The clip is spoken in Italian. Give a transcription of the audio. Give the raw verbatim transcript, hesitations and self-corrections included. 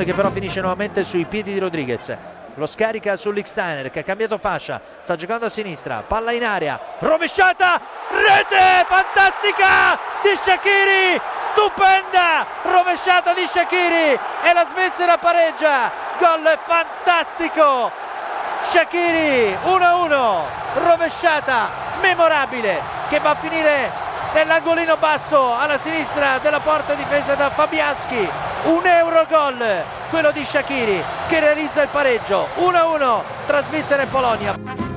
che però finisce nuovamente sui piedi di Rodriguez. Lo scarica su Lichtsteiner che ha cambiato fascia, sta giocando a sinistra, palla in aria, rovesciata, rete fantastica di Shaqiri, stupenda rovesciata di Shaqiri e la Svizzera pareggia, gol fantastico, Shaqiri uno a uno, rovesciata memorabile che va a finire nell'angolino basso alla sinistra della porta difesa da Fabianski. Un euro gol quello di Shaqiri che realizza il pareggio uno a uno tra Svizzera e Polonia.